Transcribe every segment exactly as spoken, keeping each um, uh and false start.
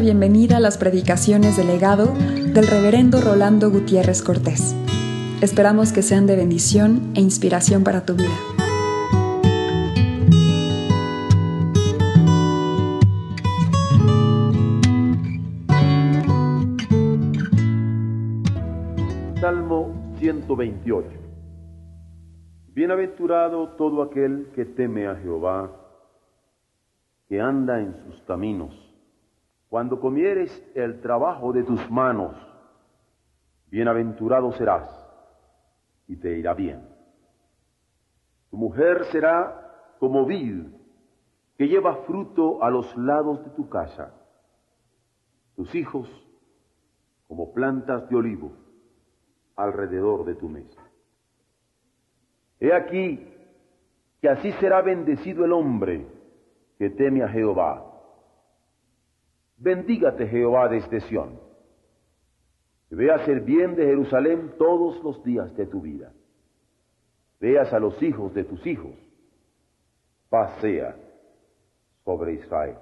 la bienvenida a las predicaciones del legado del reverendo Rolando Gutiérrez Cortés. Esperamos que sean de bendición e inspiración para tu vida. Salmo ciento veintiocho. Bienaventurado todo aquel que teme a Jehová, que anda en sus caminos. Cuando comieres el trabajo de tus manos, bienaventurado serás y te irá bien. Tu mujer será como vid que lleva fruto a los lados de tu casa, tus hijos como plantas de olivo alrededor de tu mesa. He aquí que así será bendecido el hombre que teme a Jehová. Bendígate Jehová desde Sión, que veas el bien de Jerusalén todos los días de tu vida. Veas a los hijos de tus hijos, paz sea sobre Israel.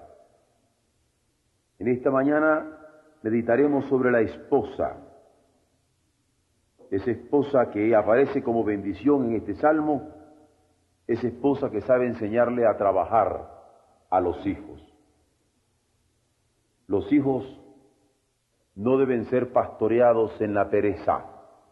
En esta mañana meditaremos sobre la esposa, esa esposa que aparece como bendición en este salmo, esa esposa que sabe enseñarle a trabajar a los hijos. Los hijos no deben ser pastoreados en la pereza,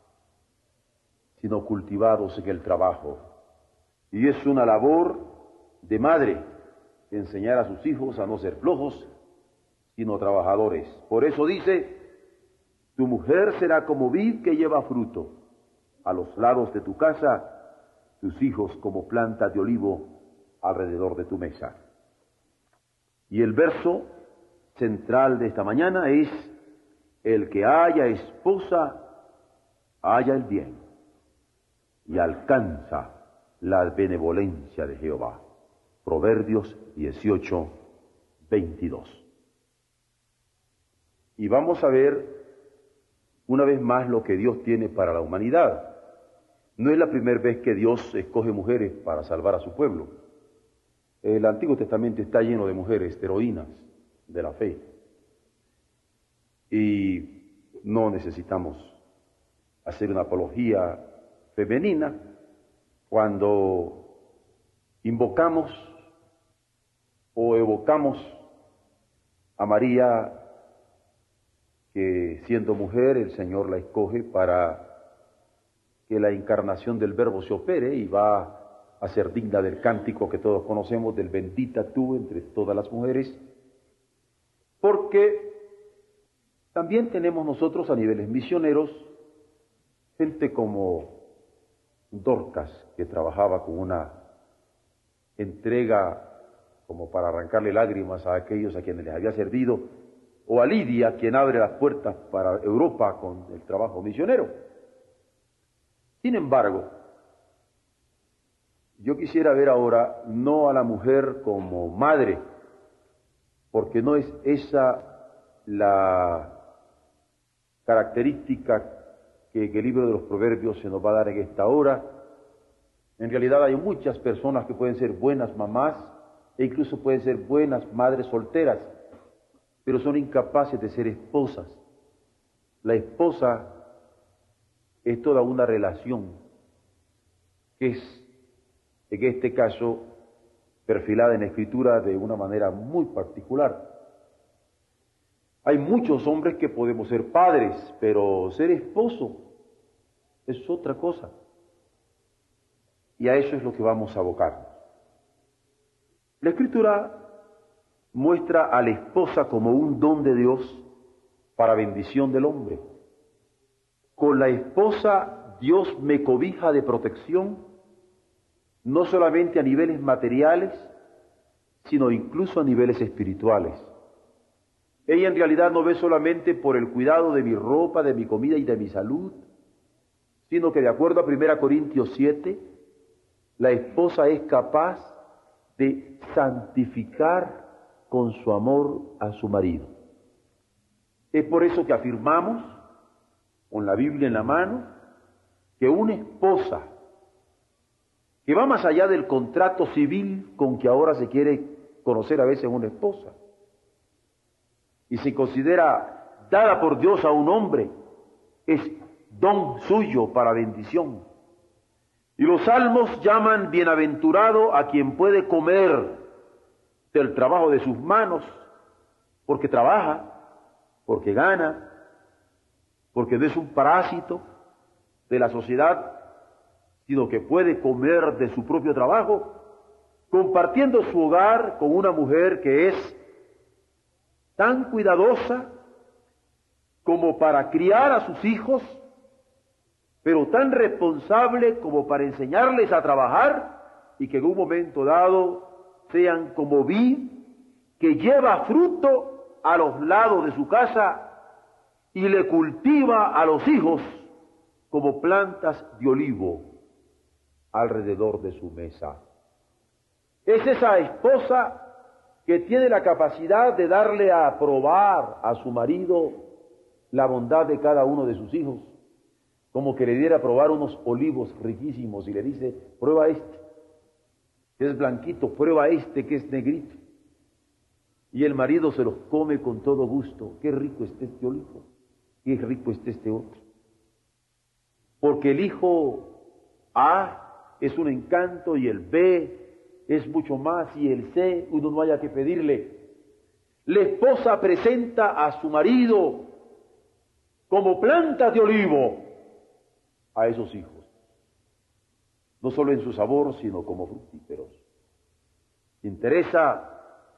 sino cultivados en el trabajo. Y es una labor de madre enseñar a sus hijos a no ser flojos, sino trabajadores. Por eso dice: tu mujer será como vid que lleva fruto a los lados de tu casa, tus hijos como plantas de olivo alrededor de tu mesa. Y el verso central de esta mañana es: el que haya esposa, haya el bien y alcanza la benevolencia de Jehová. Proverbios dieciocho, veintidós. Y vamos a ver una vez más lo que Dios tiene para la humanidad. No es la primera vez que Dios escoge mujeres para salvar a su pueblo. El Antiguo Testamento está lleno de mujeres, de heroínas de la fe. Y no necesitamos hacer una apología femenina cuando invocamos o evocamos a María, que siendo mujer el Señor la escoge para que la encarnación del Verbo se opere y va a ser digna del cántico que todos conocemos, del bendita tú entre todas las mujeres, porque también tenemos nosotros a niveles misioneros gente como Dorcas, que trabajaba con una entrega como para arrancarle lágrimas a aquellos a quienes les había servido, o a Lidia, quien abre las puertas para Europa con el trabajo misionero. Sin embargo, yo quisiera ver ahora no a la mujer como madre, porque no es esa la característica que el libro de los Proverbios se nos va a dar en esta hora. En realidad hay muchas personas que pueden ser buenas mamás e incluso pueden ser buenas madres solteras, pero son incapaces de ser esposas. La esposa es toda una relación que es, en este caso, perfilada en la Escritura de una manera muy particular. Hay muchos hombres que podemos ser padres, pero ser esposo es otra cosa. Y a eso es lo que vamos a abocarnos. La Escritura muestra a la esposa como un don de Dios para bendición del hombre. Con la esposa Dios me cobija de protección, no solamente a niveles materiales, sino incluso a niveles espirituales. Ella en realidad no ve solamente por el cuidado de mi ropa, de mi comida y de mi salud, sino que de acuerdo a primera Corintios siete, la esposa es capaz de santificar con su amor a su marido. Es por eso que afirmamos, con la Biblia en la mano, que una esposa que va más allá del contrato civil con que ahora se quiere conocer a veces una esposa, y se considera dada por Dios a un hombre, es don suyo para bendición. Y los salmos llaman bienaventurado a quien puede comer del trabajo de sus manos, porque trabaja, porque gana, porque no es un parásito de la sociedad, sino que puede comer de su propio trabajo, compartiendo su hogar con una mujer que es tan cuidadosa como para criar a sus hijos, pero tan responsable como para enseñarles a trabajar y que en un momento dado sean como vid que lleva fruto a los lados de su casa y le cultiva a los hijos como plantas de olivo alrededor de su mesa. Es esa esposa que tiene la capacidad de darle a probar a su marido la bondad de cada uno de sus hijos, como que le diera a probar unos olivos riquísimos y le dice, prueba este, que es blanquito, prueba este, que es negrito. Y el marido se los come con todo gusto. Qué rico está este olivo, qué rico está este otro. Porque el hijo A es un encanto y el B es mucho más y el C uno no haya que pedirle. La esposa presenta a su marido como planta de olivo a esos hijos, no solo en su sabor, sino como fructíferos. Interesa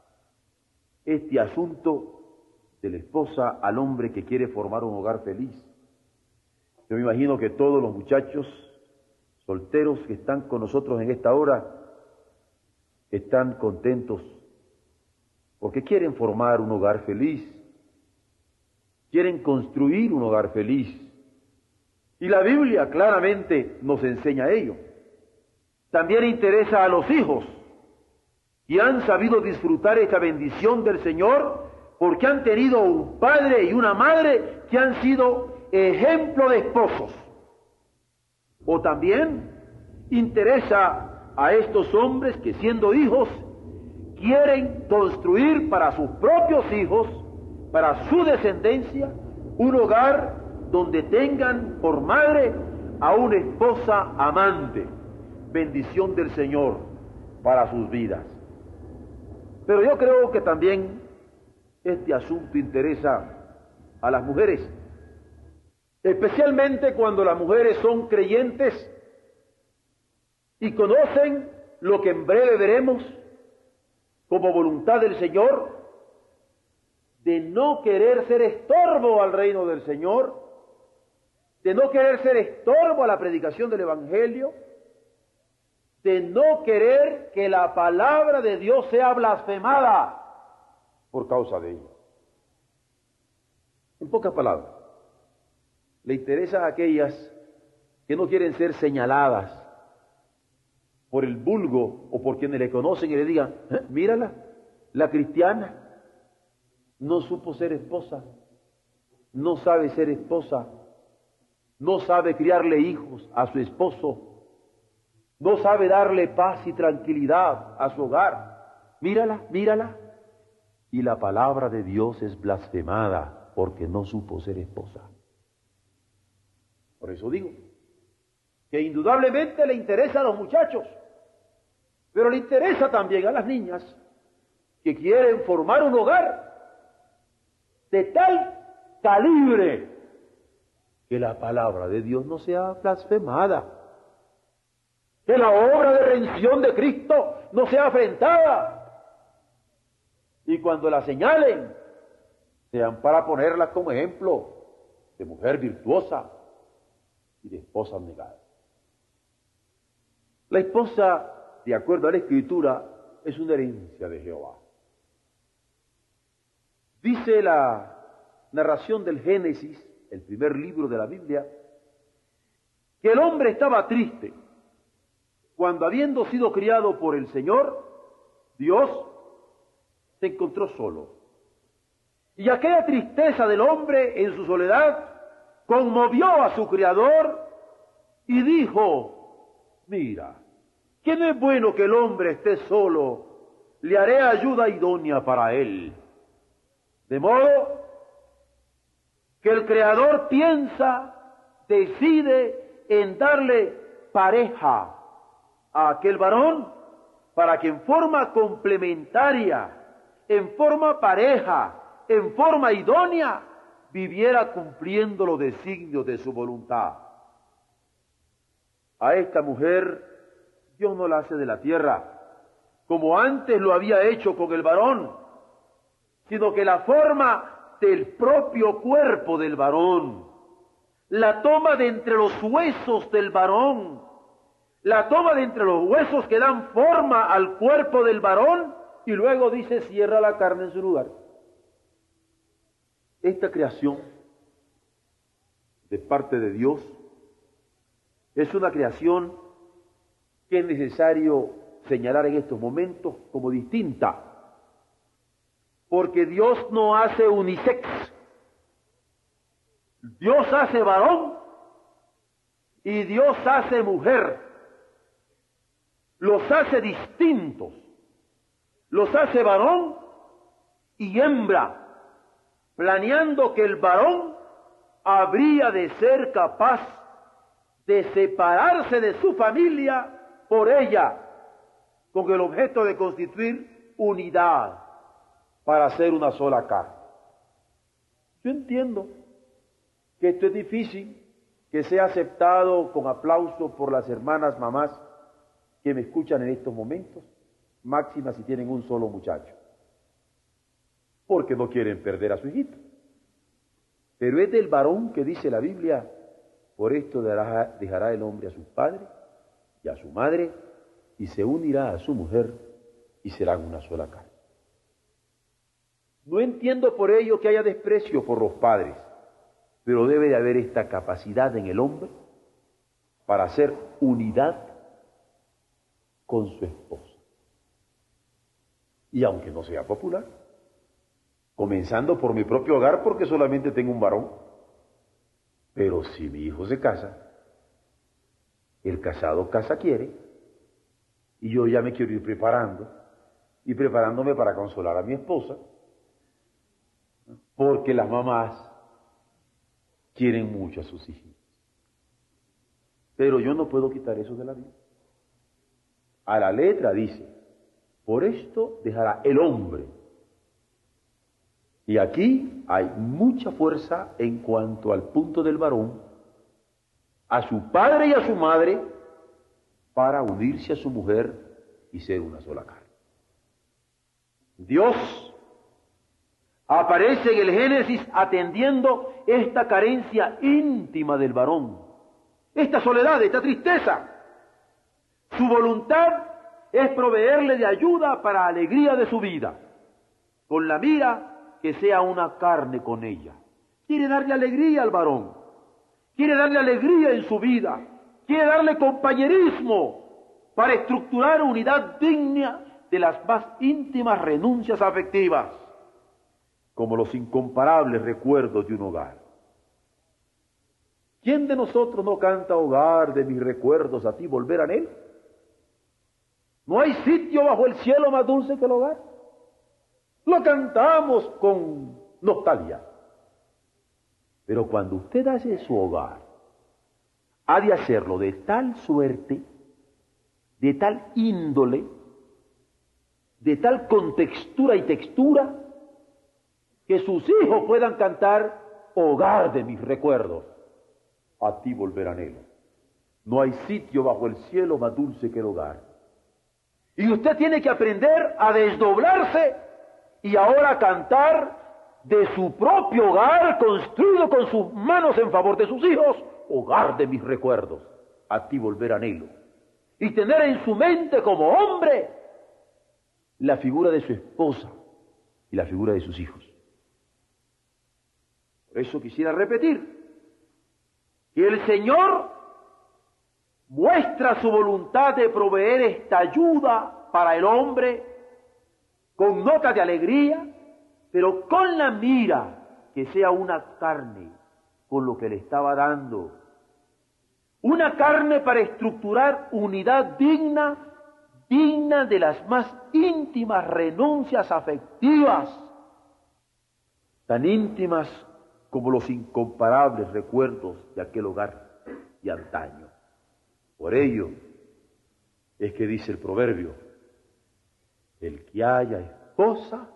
este asunto de la esposa al hombre que quiere formar un hogar feliz. Yo me imagino que todos los muchachos solteros que están con nosotros en esta hora están contentos porque quieren formar un hogar feliz, quieren construir un hogar feliz. Y la Biblia claramente nos enseña ello. También interesa a los hijos y han sabido disfrutar esta bendición del Señor porque han tenido un padre y una madre que han sido ejemplo de esposos. O también interesa a estos hombres que siendo hijos quieren construir para sus propios hijos, para su descendencia, un hogar donde tengan por madre a una esposa amante, bendición del Señor para sus vidas. Pero yo creo que también este asunto interesa a las mujeres, especialmente cuando las mujeres son creyentes y conocen lo que en breve veremos como voluntad del Señor, de no querer ser estorbo al reino del Señor, de no querer ser estorbo a la predicación del Evangelio, de no querer que la palabra de Dios sea blasfemada por causa de ello. En pocas palabras, le interesa a aquellas que no quieren ser señaladas por el vulgo o por quienes le conocen y le digan, ¿eh? Mírala, la cristiana no supo ser esposa, no sabe ser esposa, no sabe criarle hijos a su esposo, no sabe darle paz y tranquilidad a su hogar. Mírala, mírala. Y la palabra de Dios es blasfemada porque no supo ser esposa. Por eso digo que indudablemente le interesa a los muchachos, pero le interesa también a las niñas que quieren formar un hogar de tal calibre que la palabra de Dios no sea blasfemada, que la obra de redención de Cristo no sea afrentada, y cuando la señalen, sean para ponerla como ejemplo de mujer virtuosa y de esposa abnegada. La esposa, de acuerdo a la Escritura, es una herencia de Jehová. Dice la narración del Génesis, el primer libro de la Biblia, que el hombre estaba triste cuando, habiendo sido criado por el Señor, Dios, se encontró solo. Y aquella tristeza del hombre en su soledad conmovió a su Creador y dijo, mira, que no es bueno que el hombre esté solo, le haré ayuda idónea para él. De modo que el Creador piensa, decide en darle pareja a aquel varón para que en forma complementaria, en forma pareja, en forma idónea, viviera cumpliendo los designios de su voluntad. A esta mujer Dios no la hace de la tierra, como antes lo había hecho con el varón, sino que la forma del propio cuerpo del varón, la toma de entre los huesos del varón, la toma de entre los huesos que dan forma al cuerpo del varón, y luego dice, cierra la carne en su lugar. Esta creación de parte de Dios es una creación que es necesario señalar en estos momentos como distinta, porque Dios no hace unisex. Dios hace varón y Dios hace mujer. Los hace distintos. Los hace varón y hembra, planeando que el varón habría de ser capaz de separarse de su familia por ella, con el objeto de constituir unidad para hacer una sola carne. Yo entiendo que esto es difícil, que sea aceptado con aplauso por las hermanas mamás que me escuchan en estos momentos, máxima si tienen un solo muchacho, porque no quieren perder a su hijito. Pero es del varón que dice la Biblia, por esto dejará, dejará el hombre a su padre y a su madre, y se unirá a su mujer, y serán una sola carne. No entiendo por ello que haya desprecio por los padres, pero debe de haber esta capacidad en el hombre para hacer unidad con su esposa. Y aunque no sea popular, comenzando por mi propio hogar, porque solamente tengo un varón, pero si mi hijo se casa, el casado casa quiere, y yo ya me quiero ir preparando, y preparándome para consolar a mi esposa, porque las mamás quieren mucho a sus hijos. Pero yo no puedo quitar eso de la vida. A la letra dice, por esto dejará el hombre. Y aquí hay mucha fuerza en cuanto al punto del varón, a su padre y a su madre, para unirse a su mujer y ser una sola carne. Dios aparece en el Génesis atendiendo esta carencia íntima del varón, esta soledad, esta tristeza. Su voluntad es proveerle de ayuda para alegría de su vida, con la mira que sea una carne con ella. Quiere darle alegría al varón, quiere darle alegría en su vida, quiere darle compañerismo para estructurar unidad digna de las más íntimas renuncias afectivas, como los incomparables recuerdos de un hogar. ¿Quién de nosotros no canta hogar de mis recuerdos a ti volver a él? ¿No hay sitio bajo el cielo más dulce que el hogar? Lo cantamos con nostalgia. Pero cuando usted hace su hogar, ha de hacerlo de tal suerte, de tal índole, de tal contextura y textura, que sus hijos puedan cantar hogar de mis recuerdos, a ti volver anhelo. No hay sitio bajo el cielo más dulce que el hogar. Y usted tiene que aprender a desdoblarse y ahora cantar de su propio hogar, construido con sus manos en favor de sus hijos, hogar de mis recuerdos, a ti volver anhelo. Y tener en su mente como hombre la figura de su esposa y la figura de sus hijos. Por eso quisiera repetir que el Señor muestra su voluntad de proveer esta ayuda para el hombre con nota de alegría, pero con la mira que sea una carne con lo que le estaba dando. Una carne para estructurar unidad digna, digna de las más íntimas renuncias afectivas. tan íntimas como los incomparables recuerdos de aquel hogar de antaño. Por ello es que dice el proverbio, el que haya esposa,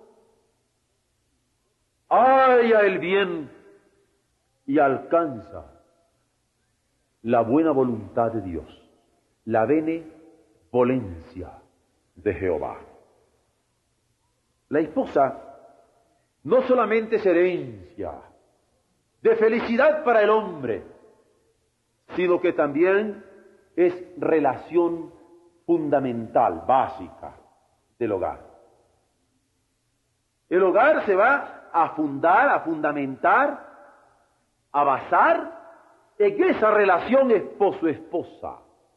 halla el bien y alcanza la buena voluntad de Dios, la benevolencia de Jehová. La esposa no solamente es herencia de felicidad para el hombre, sino que también es relación fundamental, básica del hogar. El hogar se va a fundar, a fundamentar, a basar en esa relación esposo-esposa.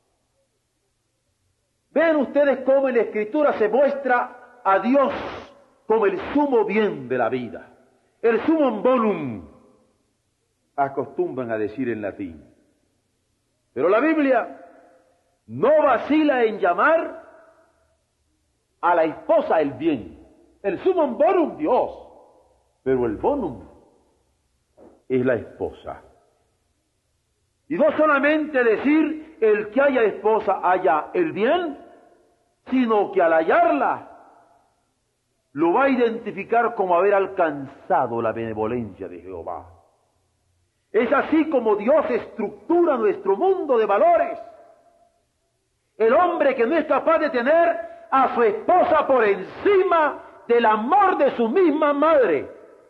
Ven ustedes cómo en la Escritura se muestra a Dios como el sumo bien de la vida, el sumum bonum, acostumbran a decir en latín. Pero la Biblia no vacila en llamar a la esposa el bien, el sumum bonum Dios, pero el bonum es la esposa. Y no solamente decir el que haya esposa haya el bien, sino que al hallarla lo va a identificar como haber alcanzado la benevolencia de Jehová. Es así como Dios estructura nuestro mundo de valores. El hombre que no es capaz de tener a su esposa por encima del amor de su misma madre,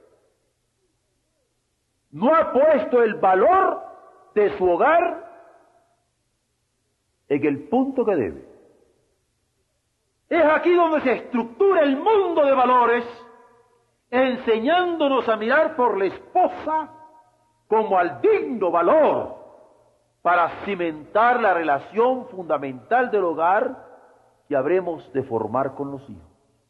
no ha puesto el valor de su hogar en el punto que debe. Es aquí donde se estructura el mundo de valores, enseñándonos a mirar por la esposa como al digno valor para cimentar la relación fundamental del hogar que habremos de formar con los hijos.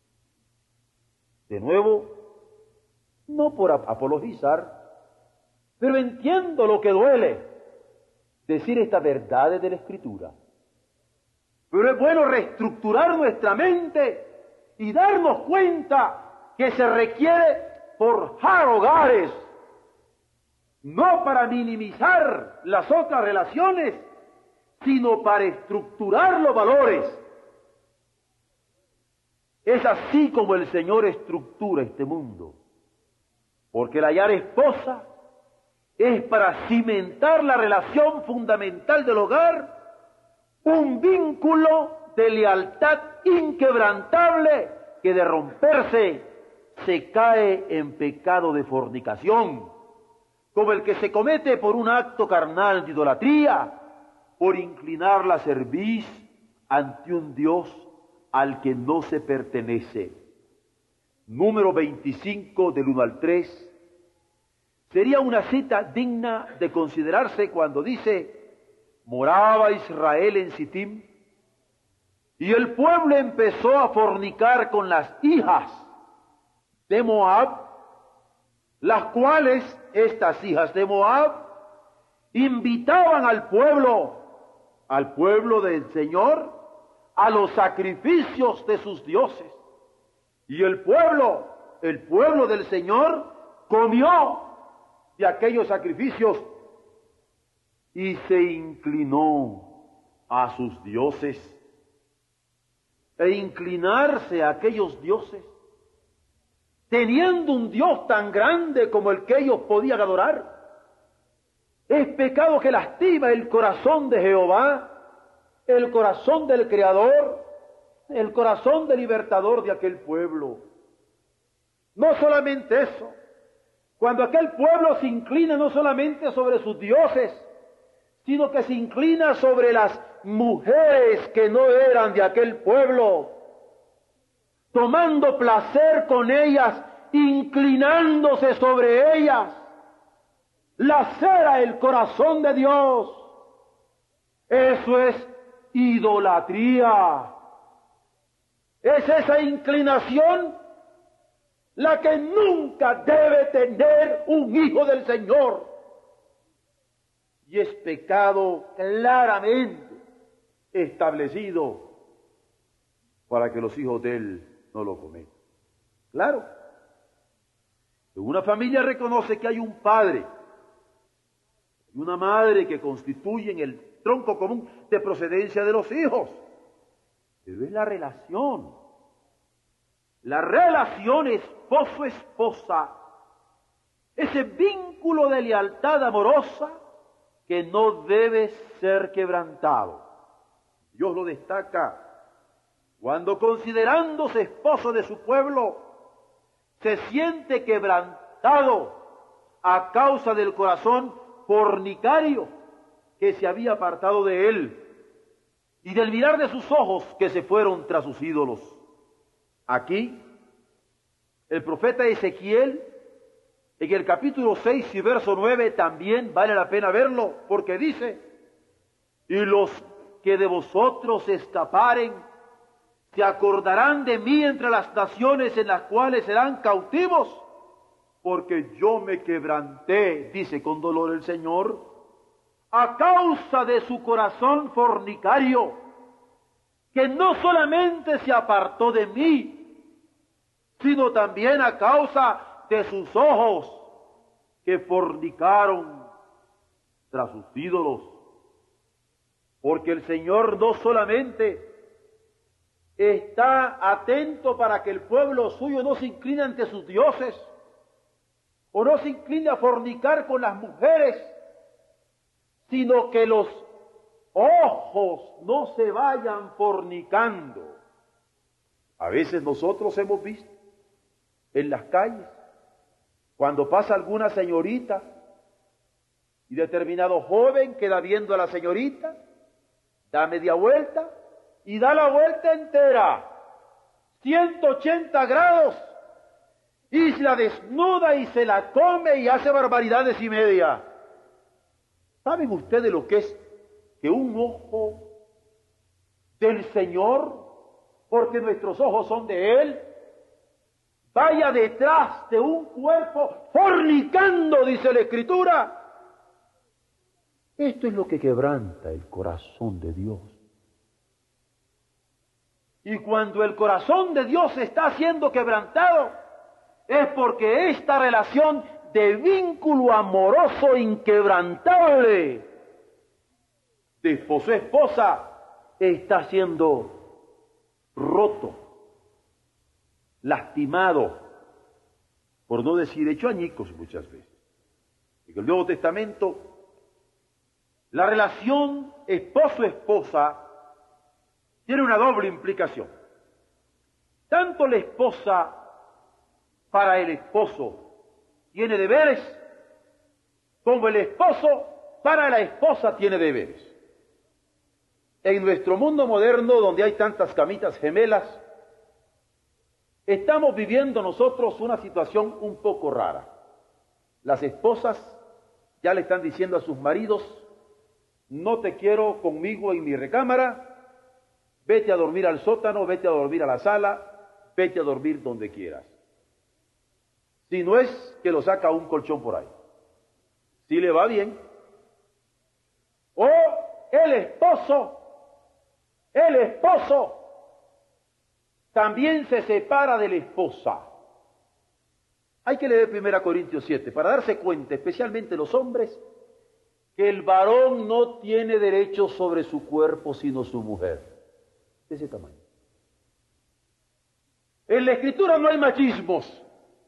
De nuevo, no por apologizar, pero entiendo lo que duele decir estas verdades de la Escritura. Pero es bueno reestructurar nuestra mente y darnos cuenta que se requiere forjar hogares, no para minimizar las otras relaciones, sino para estructurar los valores. Es así como el Señor estructura este mundo, porque el hallar esposa es para cimentar la relación fundamental del hogar, un vínculo de lealtad inquebrantable que de romperse se cae en pecado de fornicación, como el que se comete por un acto carnal de idolatría, por inclinar la cerviz ante un Dios al que no se pertenece. Número veinticinco del uno al tres, sería una cita digna de considerarse cuando dice: moraba Israel en Sittim, y el pueblo empezó a fornicar con las hijas de Moab, las cuales, estas hijas de Moab, invitaban al pueblo, al pueblo del Señor, a los sacrificios de sus dioses. Y el pueblo, el pueblo del Señor, comió de aquellos sacrificios y se inclinó a sus dioses. E inclinarse a aquellos dioses, teniendo un Dios tan grande como el que ellos podían adorar, es pecado que lastima el corazón de Jehová, el corazón del Creador, el corazón del libertador de aquel pueblo. No solamente eso, cuando aquel pueblo se inclina no solamente sobre sus dioses, sino que se inclina sobre las mujeres que no eran de aquel pueblo, tomando placer con ellas, inclinándose sobre ellas, lacera el corazón de Dios. Eso es idolatría. Es esa inclinación la que nunca debe tener un hijo del Señor. Y es pecado claramente establecido para que los hijos de Él no lo cometan. Claro. En una familia reconoce que hay un padre y una madre que constituyen el tronco común de procedencia de los hijos. Pero es la relación, la relación esposo-esposa, ese vínculo de lealtad amorosa que no debe ser quebrantado. Dios lo destaca cuando, considerándose esposo de su pueblo, se siente quebrantado a causa del corazón fornicario que se había apartado de él y del mirar de sus ojos que se fueron tras sus ídolos. Aquí, el profeta Ezequiel, en el capítulo seis y verso nueve, también vale la pena verlo, porque dice: y los que de vosotros escaparen se acordarán de mí entre las naciones en las cuales serán cautivos, porque yo me quebranté, dice con dolor el Señor, a causa de su corazón fornicario, que no solamente se apartó de mí, sino también a causa de sus ojos, que fornicaron tras sus ídolos. Porque el Señor no solamente está atento para que el pueblo suyo no se incline ante sus dioses, o no se incline a fornicar con las mujeres, sino que los ojos no se vayan fornicando. A veces nosotros hemos visto en las calles, cuando pasa alguna señorita y determinado joven queda viendo a la señorita, da media vuelta y da la vuelta entera, ciento ochenta grados, y se la desnuda y se la come y hace barbaridades y media. ¿Saben ustedes lo que es que un ojo del Señor, porque nuestros ojos son de Él, vaya detrás de un cuerpo fornicando, dice la Escritura? Esto es lo que quebranta el corazón de Dios. Y cuando el corazón de Dios está siendo quebrantado, es porque esta relación de vínculo amoroso inquebrantable de esposo a esposa está siendo roto, lastimado, por no decir hecho añicos muchas veces. En el Nuevo Testamento, la relación esposo-esposa tiene una doble implicación. Tanto la esposa para el esposo tiene deberes, como el esposo para la esposa tiene deberes. En nuestro mundo moderno, donde hay tantas camitas gemelas, estamos viviendo nosotros una situación un poco rara. Las esposas ya le están diciendo a sus maridos: no te quiero conmigo en mi recámara, vete a dormir al sótano, vete a dormir a la sala, vete a dormir donde quieras. Si no es que lo saca un colchón por ahí, si le va bien. O el esposo, el esposo también se separa de la esposa. Hay que leer primera Corintios siete para darse cuenta, especialmente los hombres, que el varón no tiene derecho sobre su cuerpo sino su mujer. De ese tamaño. En la Escritura no hay machismos.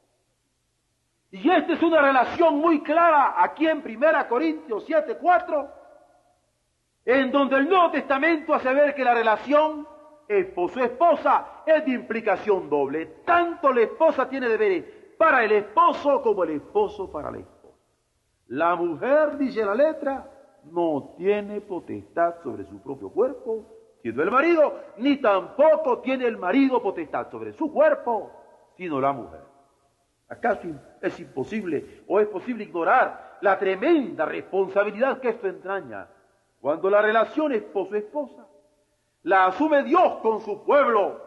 Y esta es una relación muy clara aquí en primera Corintios siete cuatro, en donde el Nuevo Testamento hace ver que la relación esposo-esposa es de implicación doble. Tanto la esposa tiene deberes para el esposo como el esposo para la esposa. La mujer, dice la letra, no tiene potestad sobre su propio cuerpo, siendo el marido, ni tampoco tiene el marido potestad sobre su cuerpo, sino la mujer. ¿Acaso es imposible o es posible ignorar la tremenda responsabilidad que esto entraña cuando la relación esposo-esposa la asume Dios con su pueblo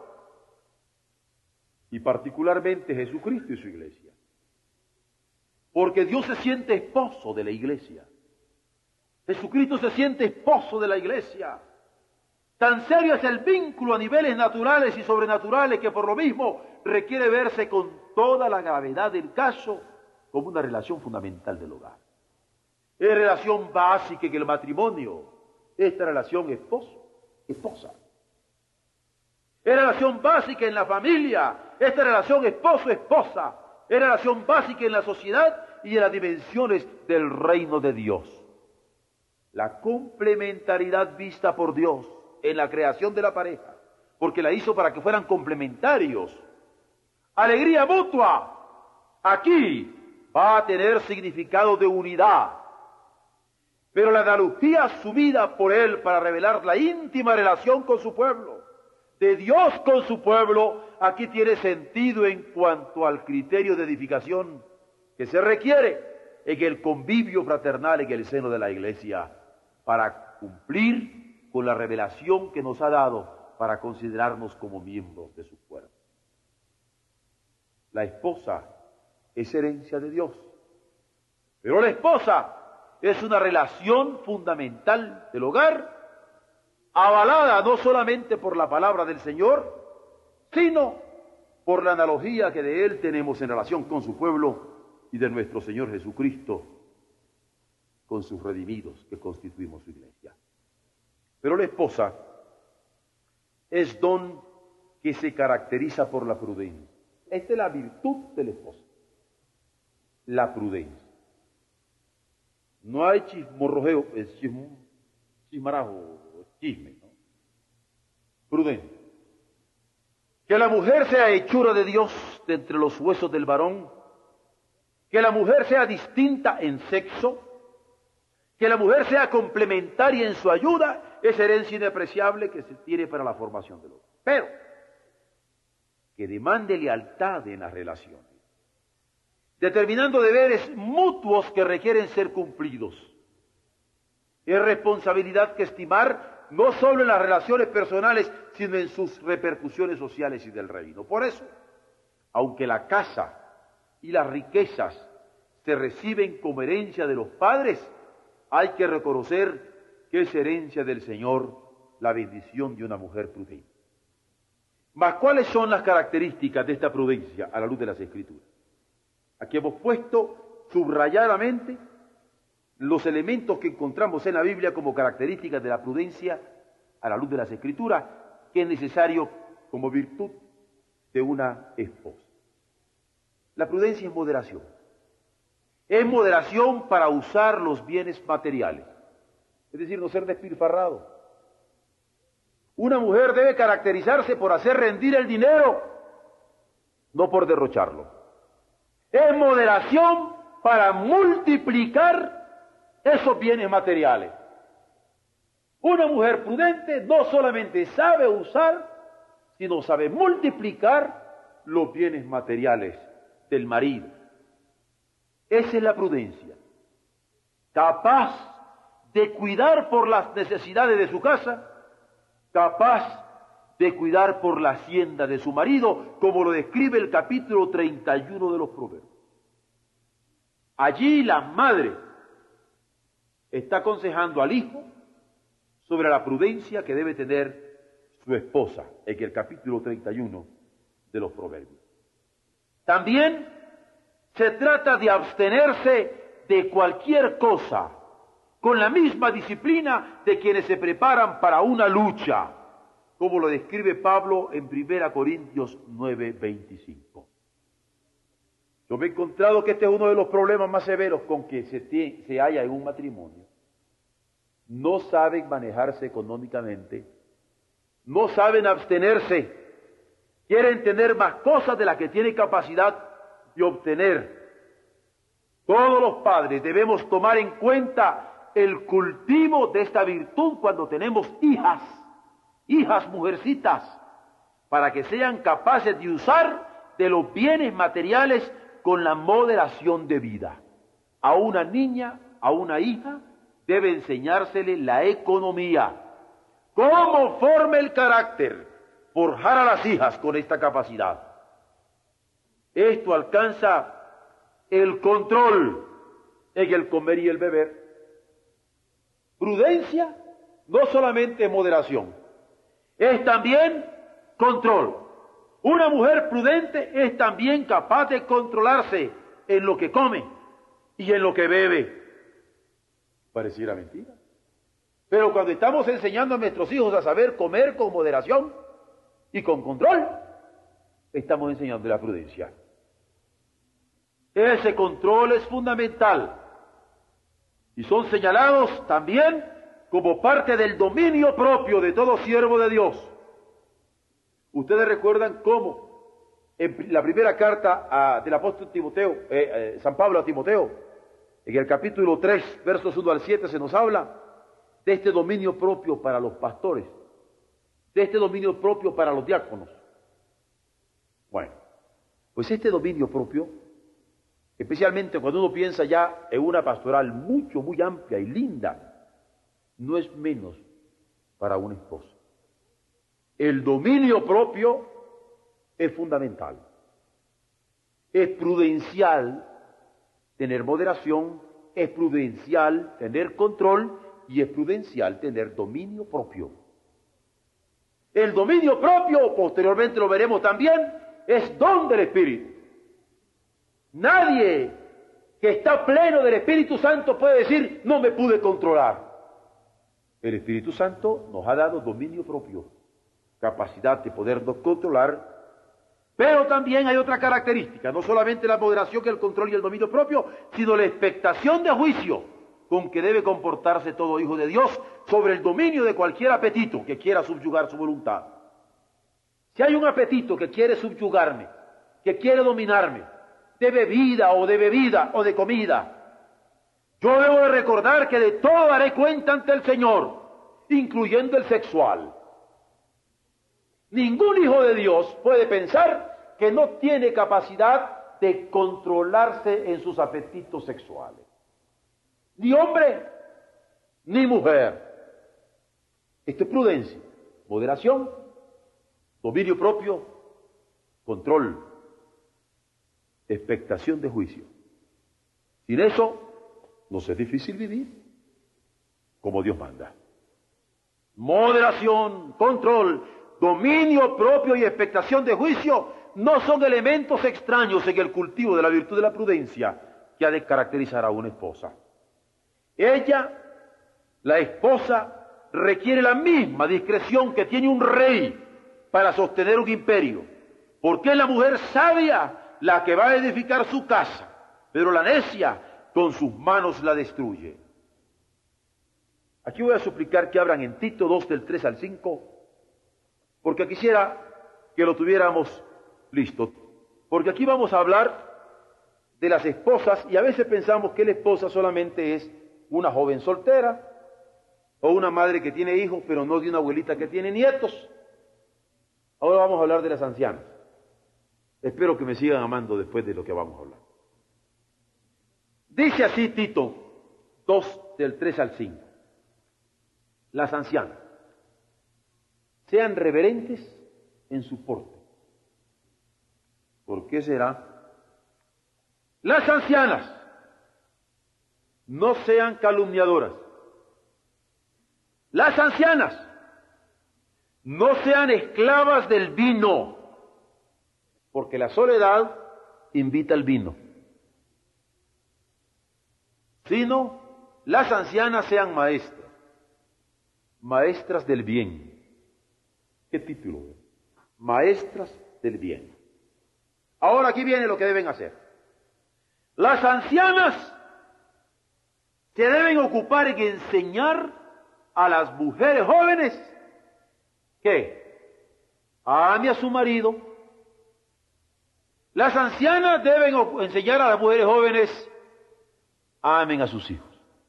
y particularmente Jesucristo y su iglesia? Porque Dios se siente esposo de la iglesia. Jesucristo se siente esposo de la iglesia. Tan serio es el vínculo a niveles naturales y sobrenaturales que por lo mismo requiere verse con toda la gravedad del caso como una relación fundamental del hogar. Es relación básica en el matrimonio, esta relación esposo-esposa. Es relación básica en la familia, esta relación esposo-esposa. Es relación básica en la sociedad y en las dimensiones del reino de Dios. La complementariedad vista por Dios en la creación de la pareja, porque la hizo para que fueran complementarios. Alegría mutua, aquí va a tener significado de unidad. Pero la analogía asumida por él para revelar la íntima relación con su pueblo, de Dios con su pueblo, aquí tiene sentido en cuanto al criterio de edificación que se requiere en el convivio fraternal en el seno de la iglesia para cumplir con la revelación que nos ha dado para considerarnos como miembros de su cuerpo. La esposa es herencia de Dios, pero la esposa es una relación fundamental del hogar, avalada no solamente por la palabra del Señor, sino por la analogía que de Él tenemos en relación con su pueblo y de nuestro Señor Jesucristo, con sus redimidos que constituimos su iglesia. Pero la esposa es don que se caracteriza por la prudencia. Esta es la virtud de la esposa, la prudencia. No hay chismorrojeo, es chismo, chismarajo, chisme, ¿no? Prudente. Que la mujer sea hechura de Dios de entre los huesos del varón, que la mujer sea distinta en sexo, que la mujer sea complementaria en su ayuda, es herencia inapreciable que se tiene para la formación del hogar. Pero, que demande lealtad en las relaciones, determinando deberes mutuos que requieren ser cumplidos. Es responsabilidad que estimar no solo en las relaciones personales, sino en sus repercusiones sociales y del reino. Por eso, aunque la casa y las riquezas se reciben como herencia de los padres, hay que reconocer que es herencia del Señor la bendición de una mujer prudente. Mas, ¿cuáles son las características de esta prudencia a la luz de las Escrituras? Aquí hemos puesto subrayadamente los elementos que encontramos en la Biblia como características de la prudencia a la luz de las Escrituras, que es necesario como virtud de una esposa. La prudencia es moderación. Es moderación para usar los bienes materiales, es decir, no ser despilfarrado. Una mujer debe caracterizarse por hacer rendir el dinero, no por derrocharlo. Es moderación para multiplicar esos bienes materiales. Una mujer prudente no solamente sabe usar, sino sabe multiplicar los bienes materiales del marido. Esa es la prudencia. Capaz de cuidar por las necesidades de su casa, capaz de cuidar por la hacienda de su marido, como lo describe el capítulo treinta y uno de los Proverbios. Allí la madre está aconsejando al hijo sobre la prudencia que debe tener su esposa, en el capítulo treinta y uno de los Proverbios. También se trata de abstenerse de cualquier cosa, con la misma disciplina de quienes se preparan para una lucha, como lo describe Pablo en primera Corintios nueve, veinticinco. Yo me he encontrado que este es uno de los problemas más severos con que se, tiene, se halla en un matrimonio. No saben manejarse económicamente, no saben abstenerse, quieren tener más cosas de las que tienen capacidad de obtener. Todos los padres debemos tomar en cuenta el cultivo de esta virtud cuando tenemos hijas, hijas mujercitas, para que sean capaces de usar de los bienes materiales con la moderación debida. A una niña, a una hija, debe enseñársele la economía. ¿Cómo forma el carácter? Forjar a las hijas con esta capacidad. Esto alcanza el control en el comer y el beber. Prudencia no solamente moderación, es también control. Una mujer prudente es también capaz de controlarse en lo que come y en lo que bebe. Pareciera mentira. Pero cuando estamos enseñando a nuestros hijos a saber comer con moderación y con control, estamos enseñando la prudencia. Ese control es fundamental y son señalados también como parte del dominio propio de todo siervo de Dios. Ustedes recuerdan cómo en la primera carta a, del apóstol Timoteo, eh, eh, San Pablo a Timoteo, en el capítulo tres, versos uno al siete, se nos habla de este dominio propio para los pastores, de este dominio propio para los diáconos. Bueno, pues este dominio propio, especialmente cuando uno piensa ya en una pastoral mucho, muy amplia y linda, no es menos para una esposa. El dominio propio es fundamental. Es prudencial tener moderación, es prudencial tener control y es prudencial tener dominio propio. El dominio propio, posteriormente lo veremos también, es don del Espíritu. Nadie que está pleno del Espíritu Santo puede decir, no me pude controlar. El Espíritu Santo nos ha dado dominio propio, capacidad de podernos controlar, pero también hay otra característica, no solamente la moderación, el control y el dominio propio, sino la expectación de juicio con que debe comportarse todo hijo de Dios sobre el dominio de cualquier apetito que quiera subyugar su voluntad. Si hay un apetito que quiere subyugarme, que quiere dominarme, de bebida o de bebida o de comida, yo debo de recordar que de todo daré cuenta ante el Señor, incluyendo el sexual. Ningún hijo de Dios puede pensar que no tiene capacidad de controlarse en sus apetitos sexuales. Ni hombre, ni mujer. Esto es prudencia, moderación, dominio propio, control, expectación de juicio. Sin eso, nos es difícil vivir como Dios manda. Moderación, control, dominio propio y expectación de juicio no son elementos extraños en el cultivo de la virtud de la prudencia que ha de caracterizar a una esposa. Ella, la esposa, requiere la misma discreción que tiene un rey para sostener un imperio, porque es la mujer sabia la que va a edificar su casa, pero la necia con sus manos la destruye. Aquí voy a suplicar que abran en Tito dos del tres al cinco, porque quisiera que lo tuviéramos listo, porque aquí vamos a hablar de las esposas y a veces pensamos que la esposa solamente es una joven soltera o una madre que tiene hijos, pero no de una abuelita que tiene nietos. Ahora vamos a hablar de las ancianas. Espero que me sigan amando después de lo que vamos a hablar. Dice así Tito dos del tres al cinco. Las ancianas sean reverentes en su porte. ¿Por qué será? Las ancianas no sean calumniadoras. Las ancianas no sean esclavas del vino, porque la soledad invita al vino. Sino las ancianas sean maestras, maestras del bien. ¿Qué título? Maestras del bien. Ahora aquí viene lo que deben hacer. Las ancianas se deben ocupar en enseñar a las mujeres jóvenes que ame a su marido. Las ancianas deben enseñar a las mujeres jóvenes amen a sus hijos.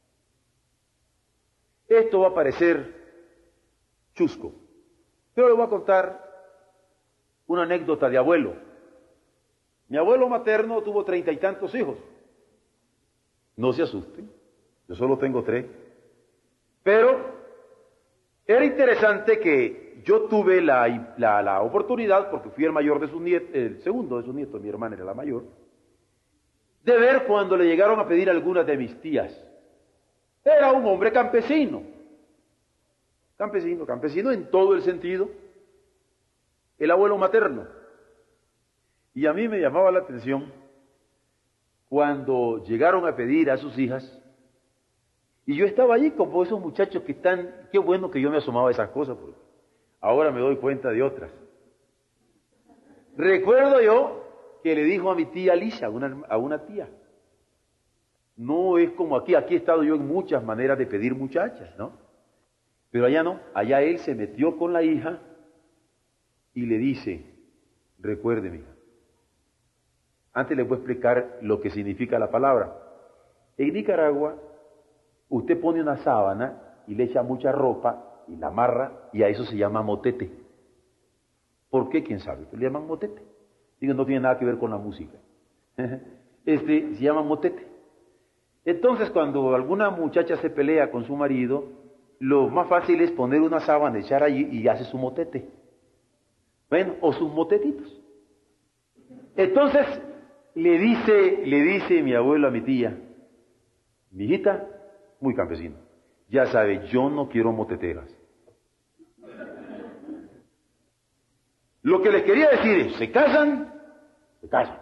Esto va a parecer chusco, pero le voy a contar una anécdota de abuelo. Mi abuelo materno tuvo treinta y tantos hijos. No se asusten, yo solo tengo tres. Pero era interesante que yo tuve la, la, la oportunidad, porque fui el mayor de sus nietos, el segundo de sus nietos, mi hermana era la mayor, de ver cuando le llegaron a pedir algunas de mis tías. Era un hombre campesino, campesino, campesino en todo el sentido, el abuelo materno. Y a mí me llamaba la atención cuando llegaron a pedir a sus hijas, y yo estaba allí como esos muchachos que están, qué bueno que yo me asomaba a esas cosas, porque ahora me doy cuenta de otras. Recuerdo yo que le dijo a mi tía Lisa, a una, a una tía, no es como aquí, aquí he estado yo en muchas maneras de pedir muchachas, ¿no? Pero allá no, allá él se metió con la hija y le dice, recuerde, mija, antes les voy a explicar lo que significa la palabra. En Nicaragua, usted pone una sábana y le echa mucha ropa y la amarra y a eso se llama motete. ¿Por qué? ¿Quién sabe? Le llaman motete. Digo, no tiene nada que ver con la música. Este se llama motete. Entonces, cuando alguna muchacha se pelea con su marido, lo más fácil es poner una sábana, echar allí y hace su motete. Bueno, o sus motetitos. Entonces, le dice, le dice mi abuelo a mi tía, mi hijita, muy campesino, ya sabe, yo no quiero moteteras. Lo que les quería decir es, se casan, se casan.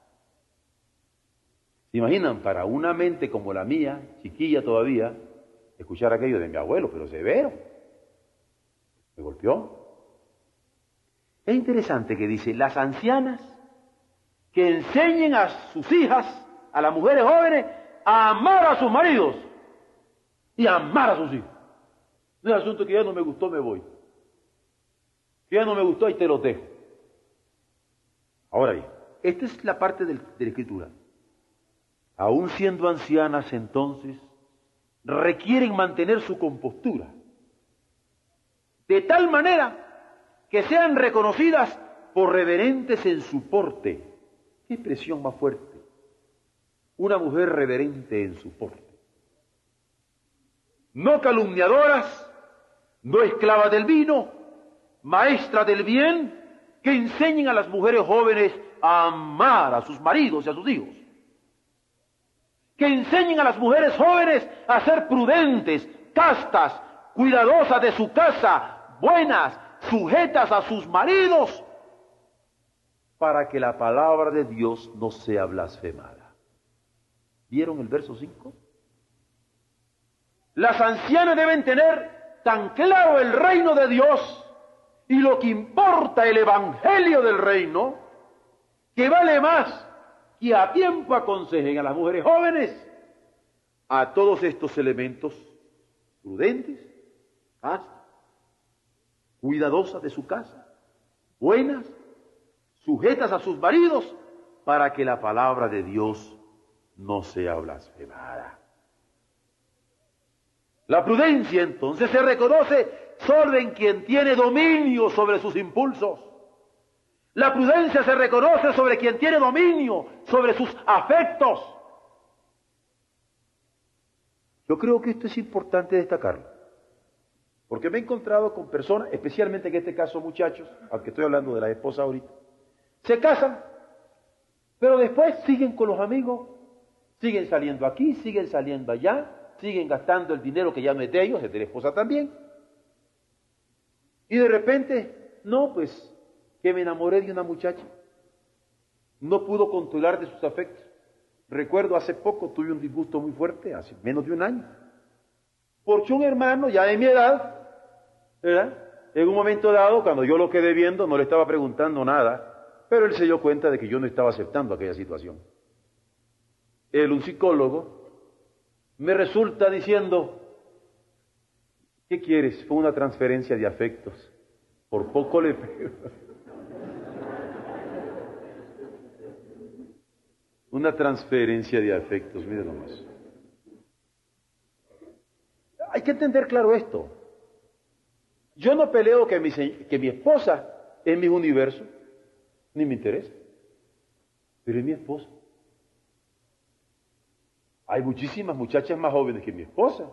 ¿Se imaginan? Para una mente como la mía, chiquilla todavía, escuchar aquello de mi abuelo, pero severo. Me golpeó. Es interesante que dice, las ancianas que enseñen a sus hijas, a las mujeres jóvenes, a amar a sus maridos y a amar a sus hijos. No es asunto que ya no me gustó, me voy. Que ya no me gustó, y te lo dejo. Ahora bien, esta es la parte del, de la Escritura. Aún siendo ancianas, entonces, requieren mantener su compostura, de tal manera que sean reconocidas por reverentes en su porte. ¿Qué expresión más fuerte? Una mujer reverente en su porte. No calumniadoras, no esclavas del vino, maestras del bien, que enseñen a las mujeres jóvenes a amar a sus maridos y a sus hijos. Que enseñen a las mujeres jóvenes a ser prudentes, castas, cuidadosas de su casa, buenas, sujetas a sus maridos, para que la palabra de Dios no sea blasfemada. ¿Vieron el verso cinco? Las ancianas deben tener tan claro el reino de Dios y lo que importa el evangelio del reino, que vale más que a tiempo aconsejen a las mujeres jóvenes a todos estos elementos prudentes, castas, cuidadosas de su casa, buenas, sujetas a sus maridos, para que la palabra de Dios no sea blasfemada. La prudencia entonces se reconoce solo en quien tiene dominio sobre sus impulsos. La prudencia se reconoce sobre quien tiene dominio sobre sus afectos. Yo creo que esto es importante destacarlo, porque me he encontrado con personas, especialmente en este caso muchachos, aunque estoy hablando de la esposa ahorita, se casan, pero después siguen con los amigos, siguen saliendo aquí, siguen saliendo allá, siguen gastando el dinero que ya no es de ellos, es de la esposa también. Y de repente, no, pues, que me enamoré de una muchacha. No pudo controlar de sus afectos. Recuerdo hace poco tuve un disgusto muy fuerte, hace menos de un año, porque un hermano ya de mi edad, ¿verdad?, en un momento dado, cuando yo lo quedé viendo, no le estaba preguntando nada, pero él se dio cuenta de que yo no estaba aceptando aquella situación. Él, un psicólogo, me resulta diciendo, ¿qué quieres? Fue una transferencia de afectos. Por poco le pego. Una transferencia de afectos, mire nomás. Hay que entender claro esto. Yo no peleo que mi, que mi esposa es mi universo, ni me interesa, pero es mi esposa. Hay muchísimas muchachas más jóvenes que mi esposa.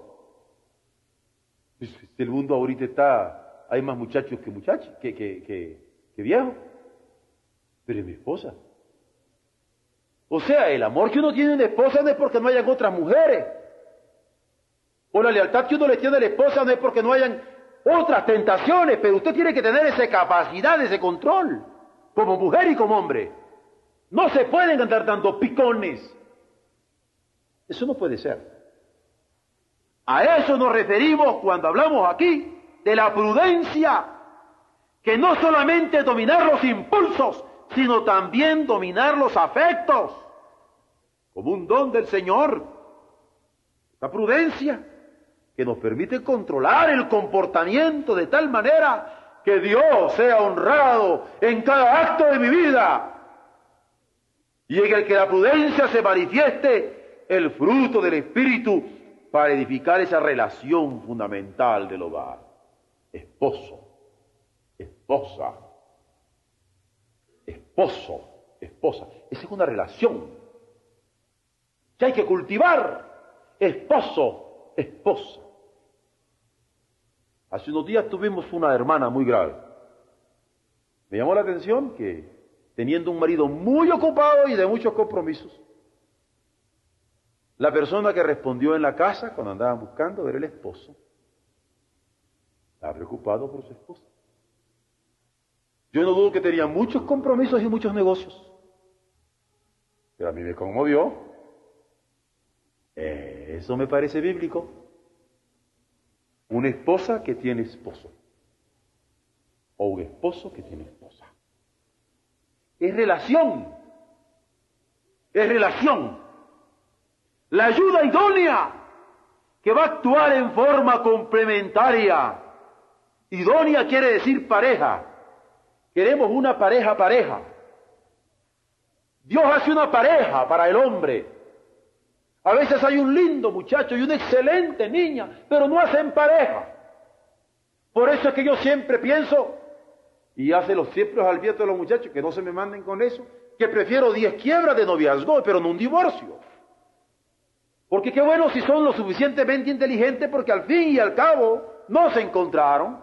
El mundo ahorita está, hay más muchachos que muchachos, que, que, que, que viejos, pero es mi esposa. O sea, el amor que uno tiene a una esposa no es porque no hayan otras mujeres. O la lealtad que uno le tiene a la esposa no es porque no hayan otras tentaciones, pero usted tiene que tener esa capacidad, ese control, como mujer y como hombre. No se pueden andar dando picones, Eso no puede ser. A eso nos referimos cuando hablamos aquí de la prudencia, que no solamente dominar los impulsos, sino también dominar los afectos, como un don del Señor. La prudencia que nos permite controlar el comportamiento de tal manera que Dios sea honrado en cada acto de mi vida, y en el que la prudencia se manifieste el fruto del Espíritu para edificar esa relación fundamental del hogar. Esposo, esposa, esposo, esposa. Esa es una relación que hay que cultivar. Esposo, esposa. Hace unos días tuvimos una hermana muy grave. Me llamó la atención que, teniendo un marido muy ocupado y de muchos compromisos, la persona que respondió en la casa cuando andaban buscando era el esposo. Estaba preocupado por su esposa. Yo no dudo que tenía muchos compromisos y muchos negocios, pero a mí me conmovió. Eh, eso me parece bíblico. Una esposa que tiene esposo, o un esposo que tiene esposa. Es relación, es relación. La ayuda idónea que va a actuar en forma complementaria. Idónea quiere decir pareja. Queremos una pareja pareja. Dios hace una pareja para el hombre. A veces hay un lindo muchacho y una excelente niña, pero no hacen pareja. Por eso es que yo siempre pienso, y hace los siempre al viento de los muchachos, que no se me manden con eso, que prefiero diez quiebras de noviazgo, pero no un divorcio. Porque qué bueno si son lo suficientemente inteligentes, porque al fin y al cabo no se encontraron.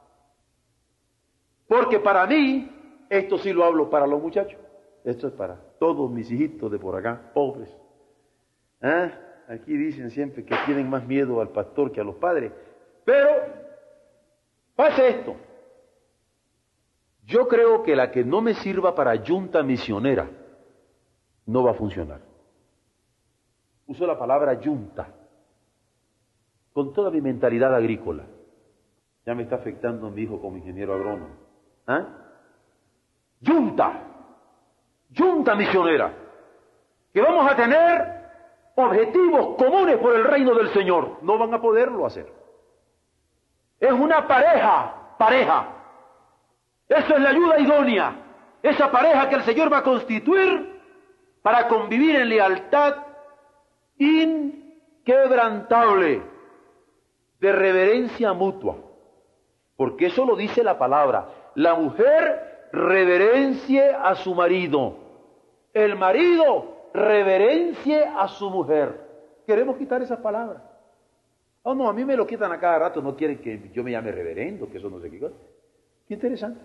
Porque para mí, esto sí lo hablo para los muchachos, esto es para todos mis hijitos de por acá, pobres. ¿Ah? Aquí dicen siempre que tienen más miedo al pastor que a los padres. Pero, pase esto. Yo creo que la que no me sirva para yunta misionera no va a funcionar. Uso la palabra yunta con toda mi mentalidad agrícola. Ya me está afectando mi hijo como ingeniero agrónomo. ¿Ah? Yunta, yunta misionera, que vamos a tener objetivos comunes por el reino del Señor. No van a poderlo hacer. Es una pareja, pareja. Eso es la ayuda idónea. Esa pareja que el Señor va a constituir para convivir en lealtad inquebrantable, de reverencia mutua. Porque eso lo dice la palabra. La mujer reverencie a su marido. El marido reverencie a su mujer. Queremos quitar esas palabras. Oh, no, a mí me lo quitan a cada rato. No quieren que yo me llame reverendo, que eso no sé qué cosa. Qué interesante.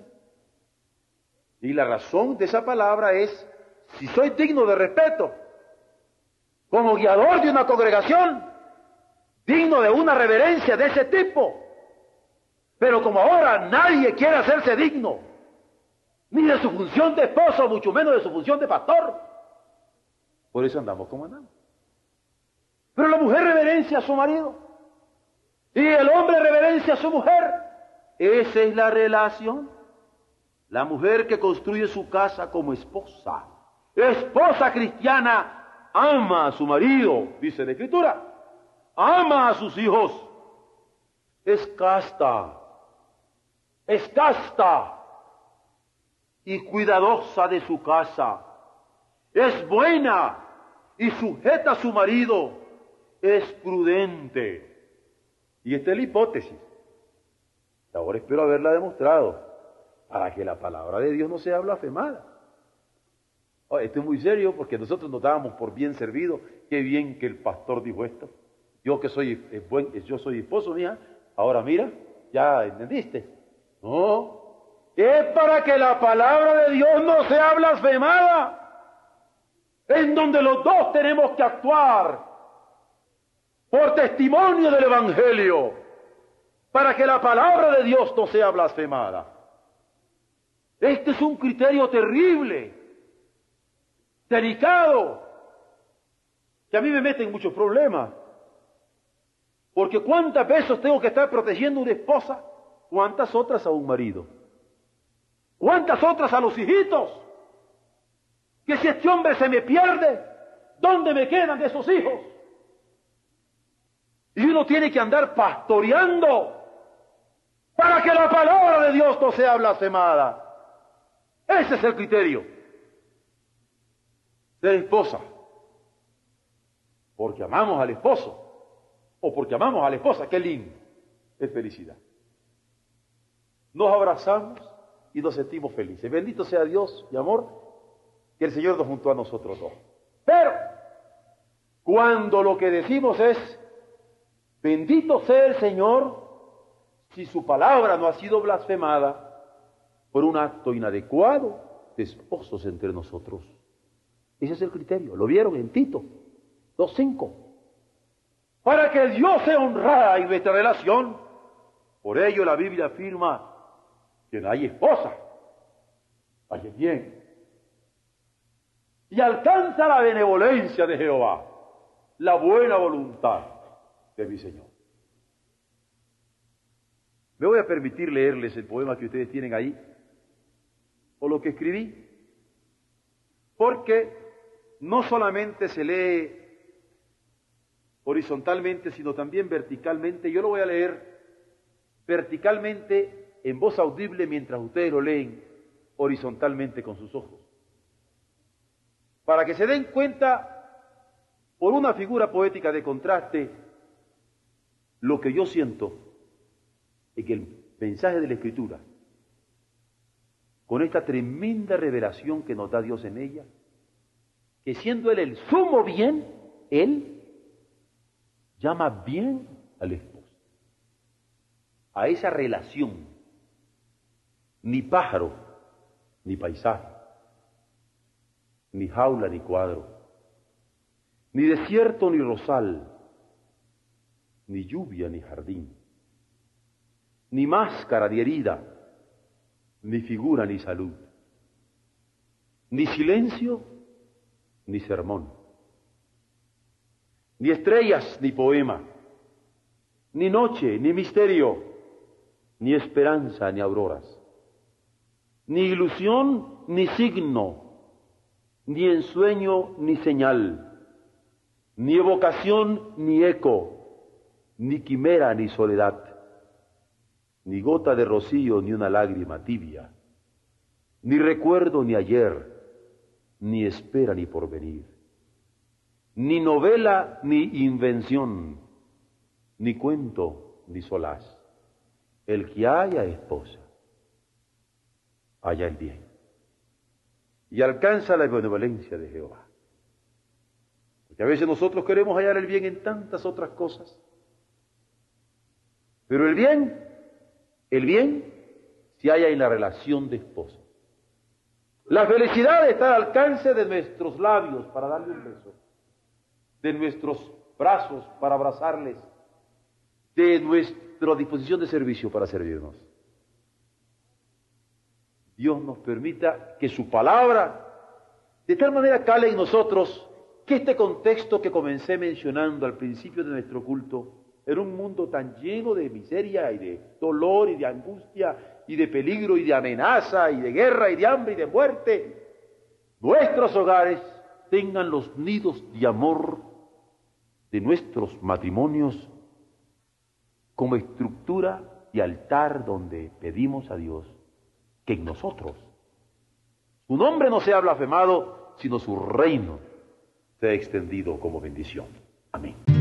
Y la razón de esa palabra es, si soy digno de respeto, como guiador de una congregación, digno de una reverencia de ese tipo. Pero como ahora nadie quiere hacerse digno, ni de su función de esposo, mucho menos de su función de pastor, por eso andamos como andamos. Pero la mujer reverencia a su marido, y el hombre reverencia a su mujer. Esa es la relación. La mujer que construye su casa como esposa, esposa cristiana, ama a su marido, dice la Escritura, ama a sus hijos, es casta, es casta y cuidadosa de su casa, es buena y sujeta a su marido, es prudente. Y esta es la hipótesis. Ahora espero haberla demostrado, para que la palabra de Dios no sea blasfemada. Oh, esto es muy serio, porque nosotros nos dábamos por bien servidos. Qué bien que el pastor dijo esto. Yo que soy es buen, yo soy esposo, mía. Ahora mira, ya entendiste. No, es para que la palabra de Dios no sea blasfemada, en donde los dos tenemos que actuar por testimonio del Evangelio, para que la palabra de Dios no sea blasfemada. Este es un criterio terrible, delicado, que a mí me meten muchos problemas. Porque cuántas veces tengo que estar protegiendo a una esposa, cuántas otras a un marido, cuántas otras a los hijitos. Que si este hombre se me pierde, ¿dónde me quedan de esos hijos? Y uno tiene que andar pastoreando para que la palabra de Dios no sea blasfemada. Ese es el criterio de la esposa. Porque amamos al esposo o porque amamos a la esposa, qué lindo, es felicidad. Nos abrazamos y nos sentimos felices. Bendito sea Dios y amor, que el Señor nos juntó a nosotros dos. Pero cuando lo que decimos es, bendito sea el Señor, si su palabra no ha sido blasfemada por un acto inadecuado de esposos entre nosotros. Ese es el criterio. ¿Lo vieron en Tito dos cinco? Para que Dios sea honrada en nuestra relación. Por ello la Biblia afirma que no hay esposa, hay el bien. Y alcanza la benevolencia de Jehová, la buena voluntad de mi Señor. Me voy a permitir leerles el poema que ustedes tienen ahí, o lo que escribí, porque no solamente se lee horizontalmente, sino también verticalmente. Yo lo voy a leer verticalmente en voz audible mientras ustedes lo leen horizontalmente con sus ojos. Para que se den cuenta, por una figura poética de contraste, lo que yo siento es que el mensaje de la Escritura, con esta tremenda revelación que nos da Dios en ella, que siendo Él el sumo bien, Él llama bien al esposo. A esa relación, ni pájaro, ni paisaje, ni jaula, ni cuadro, ni desierto, ni rosal, ni lluvia, ni jardín, ni máscara, ni herida, ni figura, ni salud, ni silencio, ni sermón, ni estrellas, ni poema, ni noche, ni misterio, ni esperanza, ni auroras, ni ilusión, ni signo, ni ensueño, ni señal, ni evocación, ni eco, ni quimera, ni soledad, ni gota de rocío, ni una lágrima tibia, ni recuerdo, ni ayer, ni espera, ni porvenir, ni novela, ni invención, ni cuento, ni solaz. El que haya esposa, haya el bien, y alcanza la benevolencia de Jehová. Porque a veces nosotros queremos hallar el bien en tantas otras cosas, pero el bien, el bien se halla en la relación de esposos. La felicidad está al alcance de nuestros labios para darle un beso, de nuestros brazos para abrazarles, de nuestra disposición de servicio para servirnos. Dios nos permita que su palabra de tal manera cale en nosotros que este contexto que comencé mencionando al principio de nuestro culto, en un mundo tan lleno de miseria y de dolor y de angustia y de peligro y de amenaza y de guerra y de hambre y de muerte, nuestros hogares tengan los nidos de amor de nuestros matrimonios como estructura y altar donde pedimos a Dios que en nosotros su nombre no sea blasfemado, sino su reino sea extendido como bendición. Amén.